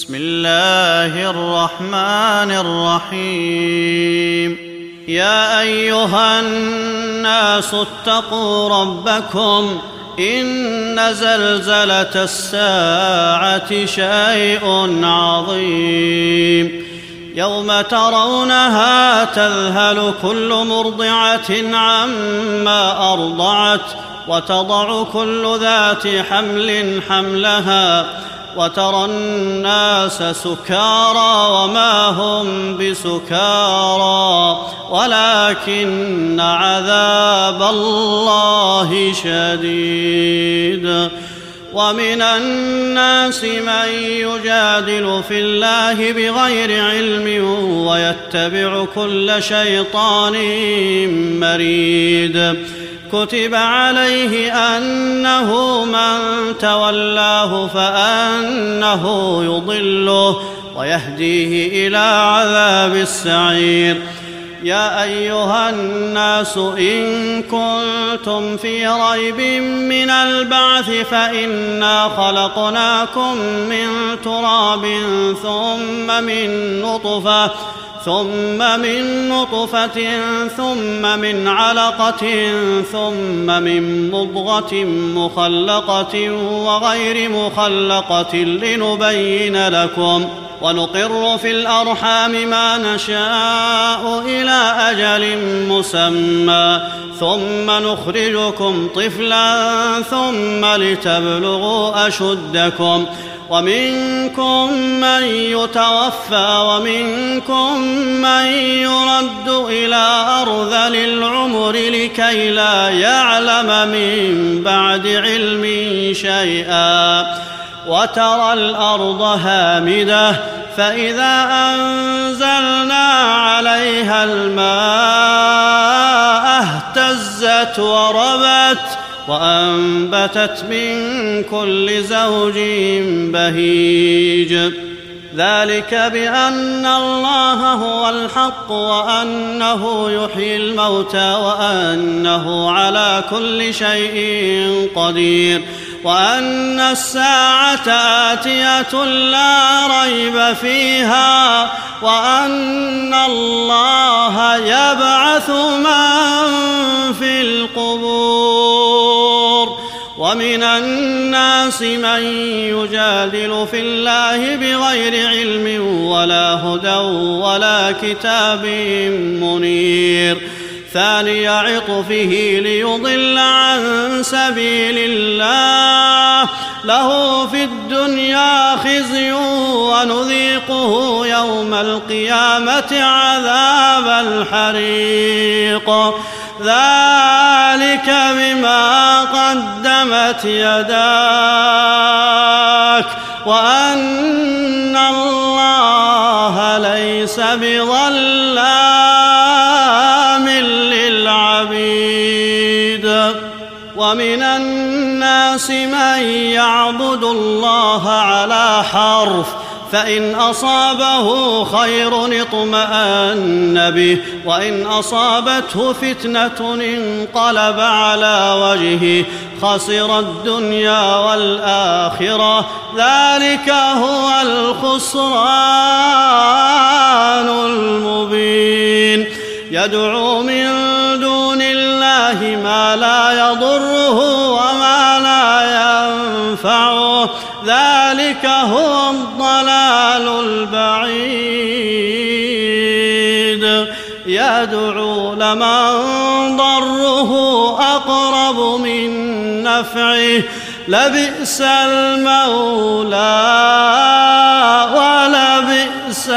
بسم الله الرحمن الرحيم. يا أيها الناس اتقوا ربكم إن زلزلة الساعة شيء عظيم يوم ترونها تذهل كل مرضعة عما أرضعت وتضع كل ذات حمل حملها وترى الناس سكارى وما هم بسكارى ولكن عذاب الله شديد. ومن الناس من يجادل في الله بغير علم ويتبع كل شيطان مريد. كتب عليه أنه من تولاه فأنه يضله ويهديه إلى عذاب السعير. يا أيها الناس إن كنتم في ريب من البعث فإنا خلقناكم من تراب ثم من نطفة ثم من علقة ثم من مضغة مخلقة وغير مخلقة لنبين لكم ونقر في الأرحام ما نشاء إلى أجل مسمى ثم نخرجكم طفلا ثم لتبلغوا أشدكم ومنكم من يتوفى ومنكم من يرد إلى أرذل العمر لكي لا يعلم من بعد علم شيئا. وترى الأرض هامدة فإذا أنزلنا عليها الماء اهتزت وربت وأنبتت من كل زوج بهيج. ذلك بأن الله هو الحق وأنه يحيي الموتى وأنه على كل شيء قدير وأن الساعة آتية لا ريب فيها وأن الله يبعث من في القبور. ومن الناس من يجادل في الله بغير علم ولا هدى ولا كتاب منير. ثاني عطفه ليضل عن سبيل الله له في الدنيا خزي ونذيقه يوم القيامة عذاب الحريق. ذلك بما قدمت يداك وأن الله ليس بظلام للعبيد. ومن الناس من يعبد الله على حرف فإن أصابه خير اطمأن به وإن أصابته فتنة انقلب على وجهه خسر الدنيا والآخرة. ذلك هو الخسران المبين. يدعو من دون الله ما لا يضره وما لا ينفعه ذلك هو الضلال البعيد. يدعو لمن ضره أقرب من نفعه لبئس المولى ولبئس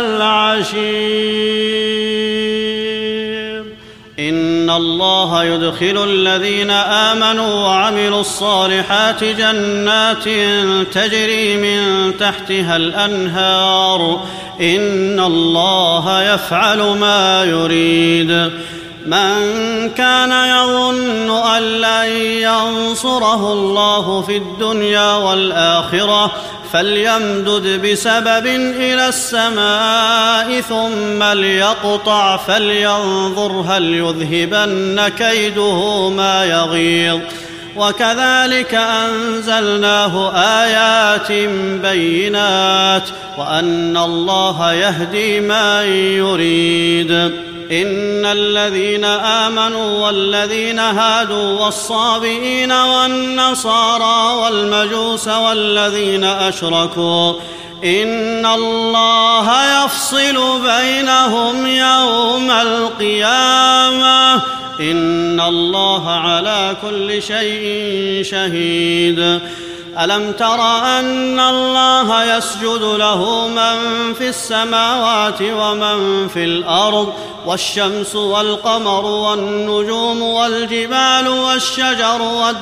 العشير. إن الله يدخل الذين آمنوا وعملوا الصالحات جنات تجري من تحتها الأنهار إن الله يفعل ما يريد. من كان يظن أن لن ينصره الله في الدنيا والآخرة فليمدد بسبب إلى السماء ثم ليقطع فلينظر هل يذهبن كيده ما يغيظ. وكذلك أنزلناه آيات بينات وأن الله يهدي من يريد. إن الذين آمنوا والذين هادوا والصابئين والنصارى والمجوس والذين أشركوا إن الله يفصل بينهم يوم القيامة إن الله على كل شيء شهيد. ألم تر أن الله يسجد له من في السماوات ومن في الأرض والشمس والقمر والنجوم والجبال والشجر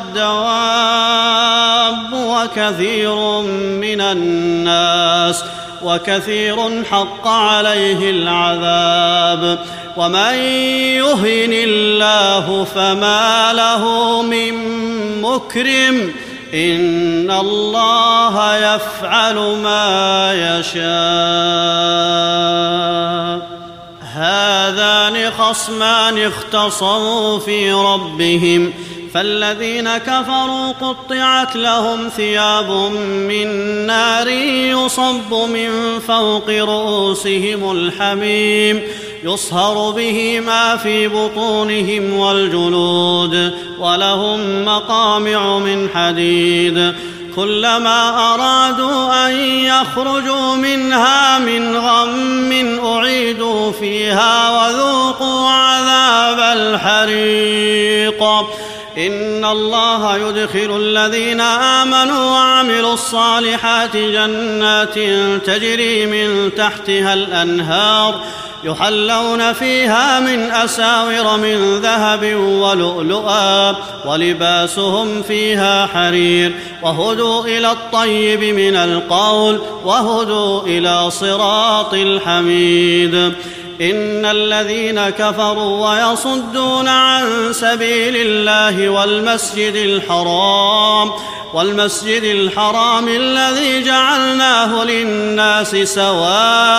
والدواب وكثير حق عليه العذاب ومن يهن الله فما له من مكرم إن الله يفعل ما يشاء. هذان خصمان اختصموا في ربهم فالذين كفروا قطعت لهم ثياب من نار يصب من فوق رؤوسهم الحميم يصهر به ما في بطونهم والجلود ولهم مقامع من حديد كلما أرادوا أن يخرجوا منها من غم أعيدوا فيها وذوقوا عذاب الحريق. إن الله يدخل الذين آمنوا وعملوا الصالحات جنات تجري من تحتها الأنهار يحلون فيها من أساور من ذهب ولؤلؤا ولباسهم فيها حرير وهدوا إلى الطيب من القول وهدوا إلى صراط الحميد. إن الذين كفروا ويصدون عن سبيل الله والمسجد الحرام الذي جعلناه للناس سواء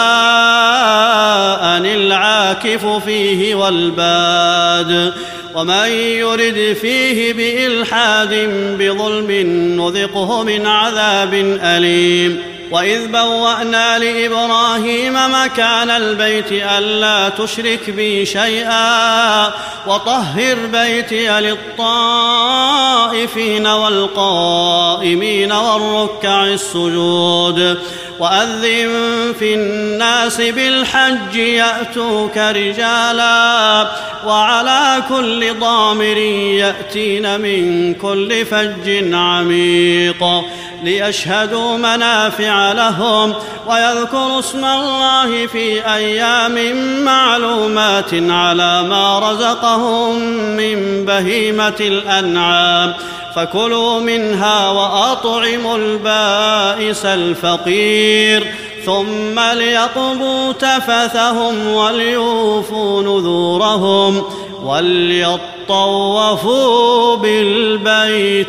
العاكف فيه والباد ومن يرد فيه بإلحاد بظلم نذقه من عذاب أليم. وإذ بوأنا لإبراهيم مكان البيت ألا تشرك بي شيئا وطهر بيتي للطائفين والقائمين والركع السجود وأذن في الناس بالحج يأتوك رجالا وعلى كل ضامر يأتين من كل فج عميق ليشهدوا منافع لهم ويذكروا اسم الله في أيام معلومات على ما رزقهم من بهيمة الأنعام فكلوا منها وأطعموا البائس الفقير ثم ليقضوا تفثهم وليوفوا نذورهم وليطوفوا بالبيت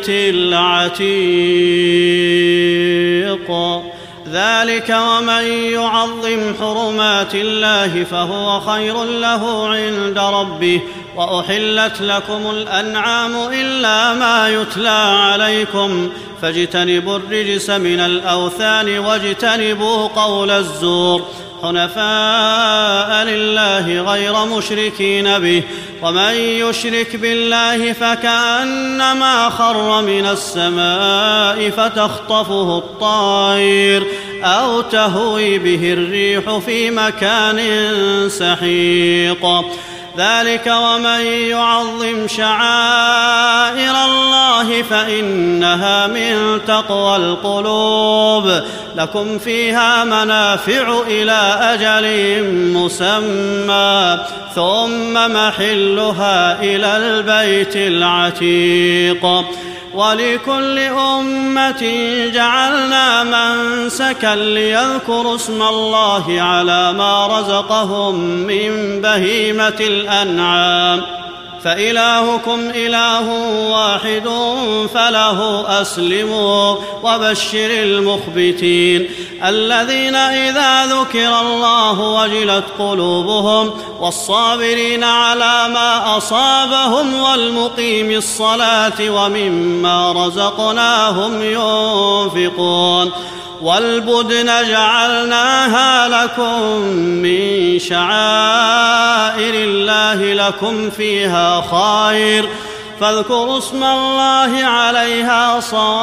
العتيق. ذلك ومن يعظم حرمات الله فهو خير له عند ربه وأحلت لكم الأنعام إلا ما يتلى عليكم فاجتنبوا الرجس من الأوثان واجتنبوا قول الزور حنفاء لله غير مشركين به ومن يشرك بالله فكأنما خر من السماء فتخطفه الطير أو تهوي به الريح في مكان سحيق. ذلك ومن يعظم شعائر الله فإنها من تقوى القلوب لكم فيها منافع إلى أجل مسمى ثم محلها إلى البيت العتيق. ولكل أمة جعلنا منسكا ليذكروا اسم الله على ما رزقهم من بهيمة الأنعام فإلهكم إله واحد فله أسلموا وبشر المخبتين الذين إذا ذكر الله وجلت قلوبهم والصابرين على ما أصابهم والمقيم الصلاة ومما رزقناهم ينفقون والبدن جعلناها لكم من شعائر الله لكم فيها خير فاذكروا اسم الله عليها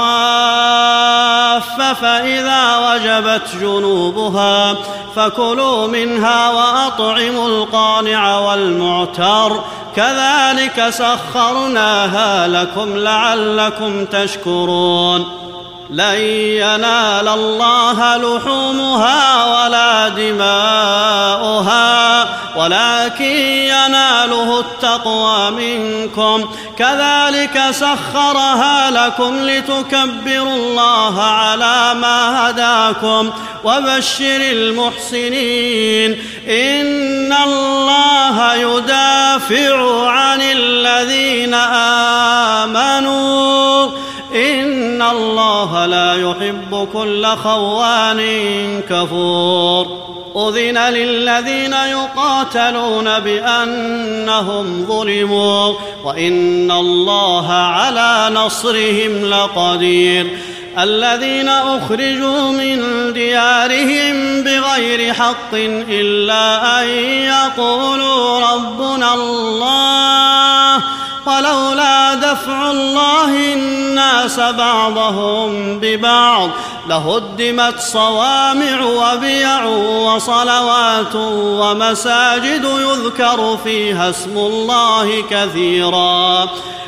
صواف فإذا وجبت جنوبها فكلوا منها وأطعموا القانع والمعتر كذلك سخرناها لكم لعلكم تشكرون لن ينال الله لحومها ولا دماؤها ولكن يناله التقوى منكم كذلك سخرها لكم لتكبروا الله على ما هداكم وبشر المحسنين إن الله يدافع عن الذين آمنوا إن الله لا يحب كل خوان كفور أذن للذين يقاتلون بأنهم ظلموا وإن الله على نصرهم لقدير الذين أخرجوا من ديارهم بغير حق إلا أن يقولوا ربنا الله ولولا دفع الله الناس بعضهم ببعض لهدمت صوامع وبيع وصلوات ومساجد يذكر فيها اسم الله كثيرا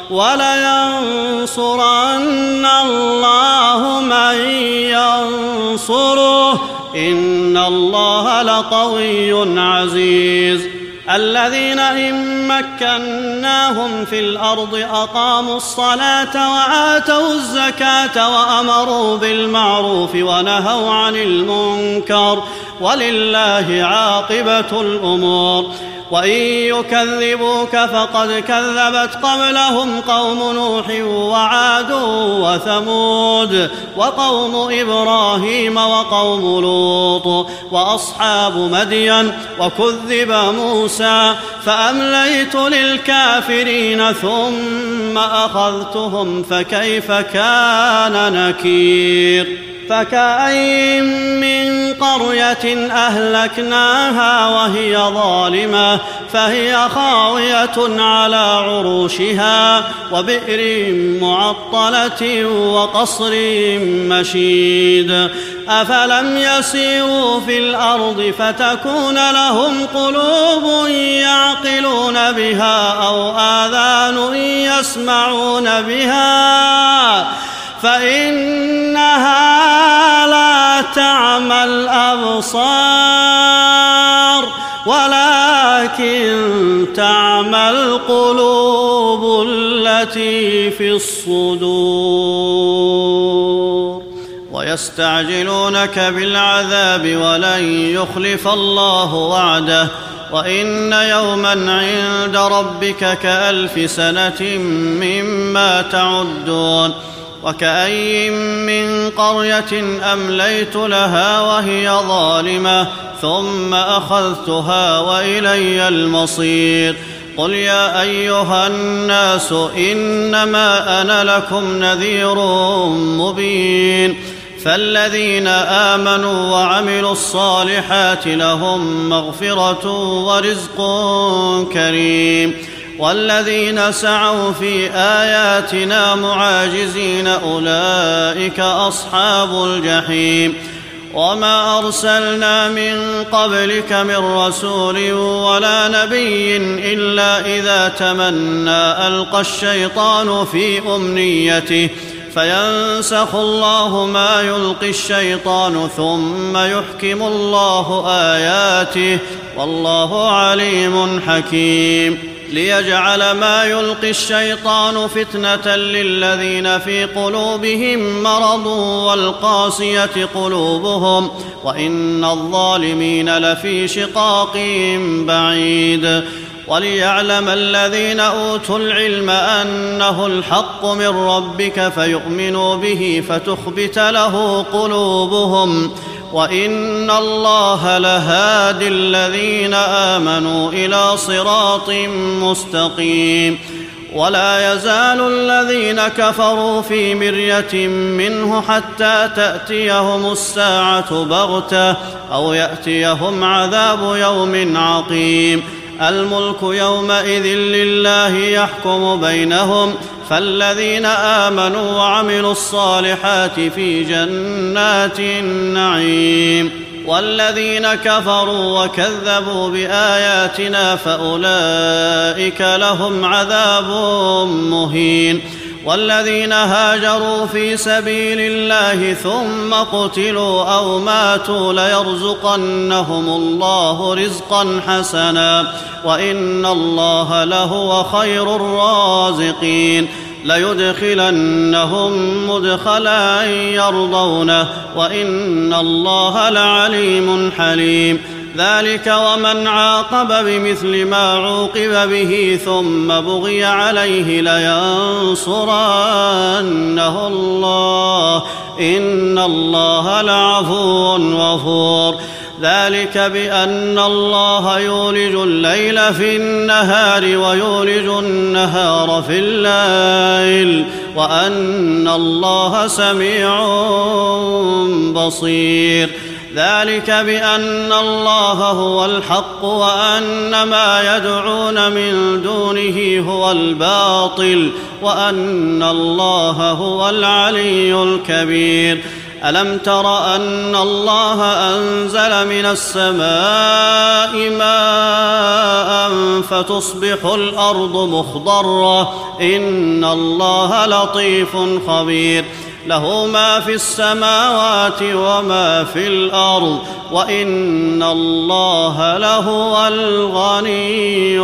ولينصرن الله من ينصره إن الله لقوي عزيز الذين إن مكناهم في الأرض أقاموا الصلاة وآتوا الزكاة وأمروا بالمعروف ونهوا عن المنكر ولله عاقبة الأمور وإن يكذبوك فقد كذبت قبلهم قوم نوح وعاد وثمود وقوم إبراهيم وقوم لوط وأصحاب مدين وكذب موسى فأمليت للكافرين ثم أخذتهم فكيف كان نكير فكأين من قرية أهلكناها وهي ظالمة فهي خاوية على عروشها وبئر معطلة وقصر مشيد أفلم يسيروا في الأرض فتكون لهم قلوب يعقلون بها أو آذان يسمعون بها فإنها لا تعمى الأبصار ولكن تعمى القلوب التي في الصدور ويستعجلونك بالعذاب ولن يخلف الله وعده وإن يوما عند ربك كألف سنة مما تعدون وكأين من قرية أمليت لها وهي ظالمة ثم أخذتها وإلي المصير قل يا أيها الناس إنما أنا لكم نذير مبين فالذين آمنوا وعملوا الصالحات لهم مغفرة ورزق كريم والذين سعوا في آياتنا معاجزين أولئك أصحاب الجحيم وما أرسلنا من قبلك من رسول ولا نبي إلا إذا تمنى ألقى الشيطان في أمنيته فينسخ الله ما يلقي الشيطان ثم يحكم الله آياته والله عليم حكيم ليجعل ما يلقي الشيطان فتنة للذين في قلوبهم مرض والقاسية قلوبهم وإن الظالمين لفي شقاق بعيد وليعلم الذين أوتوا العلم أنه الحق من ربك فيؤمنوا به فتخبت له قلوبهم وإن الله لهادي الذين آمنوا إلى صراط مستقيم. ولا يزال الذين كفروا في مرية منه حتى تأتيهم الساعة بغتة أو يأتيهم عذاب يوم عقيم. الملك يومئذ لله يحكم بينهم فالذين آمنوا وعملوا الصالحات في جنات النعيم والذين كفروا وكذبوا بآياتنا فأولئك لهم عذاب مهين. والذين هاجروا في سبيل الله ثم قتلوا أو ماتوا ليرزقنهم الله رزقا حسنا وإن الله لهو خير الرازقين. ليدخلنهم مدخلا يرضونه وإن الله لعليم حليم. ذلك ومن عاقب بمثل ما عوقب به ثم بغي عليه لينصرنه الله إن الله لعفو غفور. ذلك بأن الله يولج الليل في النهار ويولج النهار في الليل وأن الله سميع بصير. ذلك بأن الله هو الحق وأن ما يدعون من دونه هو الباطل وأن الله هو العلي الكبير. ألم تر أن الله أنزل من السماء ماء فتصبح الأرض مخضرة إن الله لطيف خبير. له ما في السماوات وما في الأرض وإن الله لهو الغني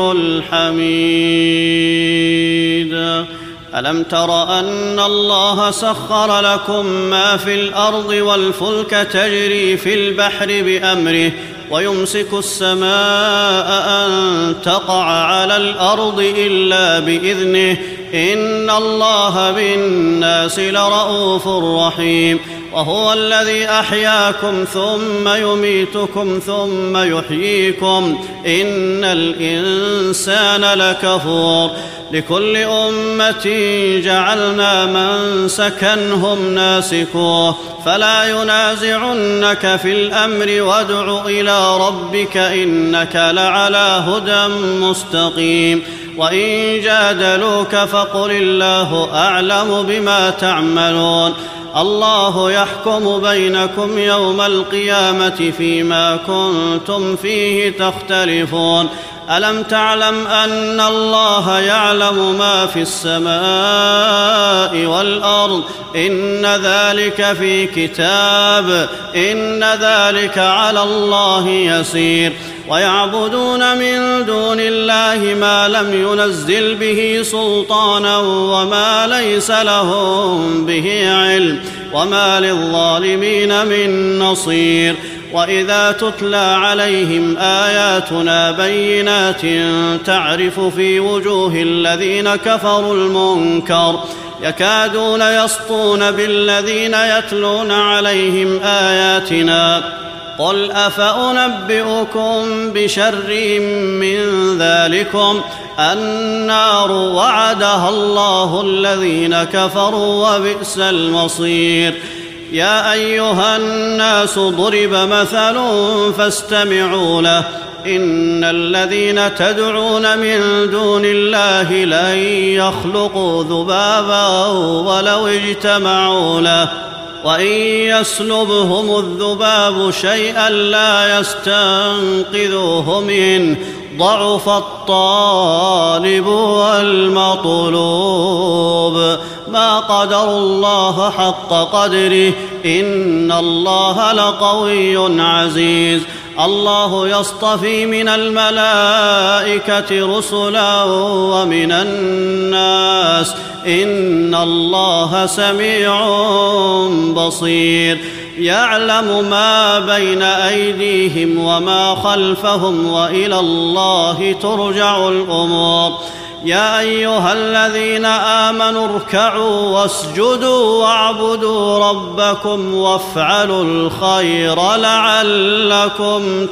الحميد. ألم تر أن الله سخر لكم ما في الأرض والفلك تجري في البحر بأمره ويمسك السماء أن تقع على الأرض إلا بإذنه إن الله بالناس لرءوف رحيم. وهو الذي أحياكم ثم يميتكم ثم يحييكم إن الإنسان لكفور. لكل أمة جعلنا منسكا هم ناسكوه فلا ينازعنك في الأمر وادع إلى ربك إنك لعلى هدى مستقيم. وإن جادلوك فقل الله أعلم بما تعملون. الله يحكم بينكم يوم القيامة فيما كنتم فيه تختلفون. ألم تعلم أن الله يعلم ما في السماء والأرض إن ذلك في كتاب إن ذلك على الله يسير. ويعبدون من دون الله ما لم ينزل به سلطانا وما ليس لهم به علم وما للظالمين من نصير. وإذا تتلى عليهم آياتنا بينات تعرف في وجوه الذين كفروا المنكر يكادون يسطون بالذين يتلون عليهم آياتنا قل أفأنبئكم بشر من ذلكم النار وعدها الله الذين كفروا وبئس المصير. يا أيها الناس ضرب مثل فاستمعوا له إن الذين تدعون من دون الله لن يخلقوا ذبابا ولو اجتمعوا له وإن يسلبهم الذباب شيئا لا يستنقذوه منه ضعف الطالب والمطلوب. ما قدروا الله حق قدره إن الله لقوي عزيز. الله يصطفي من الملائكة رسلا ومن الناس إن الله سميع بصير. يعلم ما بين أيديهم وما خلفهم وإلى الله ترجع الأمور يا أيها الذين آمنوا اركعوا واسجدوا واعبدوا ربكم وافعلوا الخير لعلكم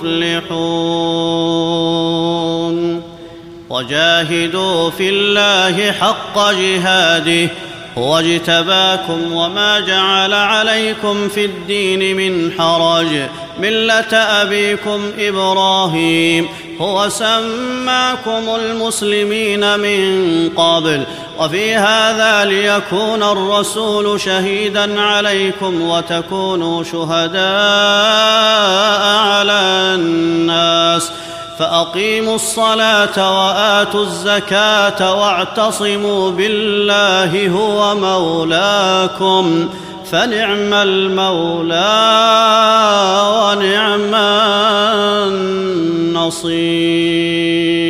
تفلحون وجاهدوا في الله حق جهاده هو اجتباكم وما جعل عليكم في الدين من حرج ملة أبيكم إبراهيم هو سماكم المسلمين من قبل وفي هذا ليكون الرسول شهيدا عليكم وتكونوا شهداء على الناس فأقيموا الصلاة وآتوا الزكاة واعتصموا بالله هو مولاكم فنعم المولى ونعم النصير.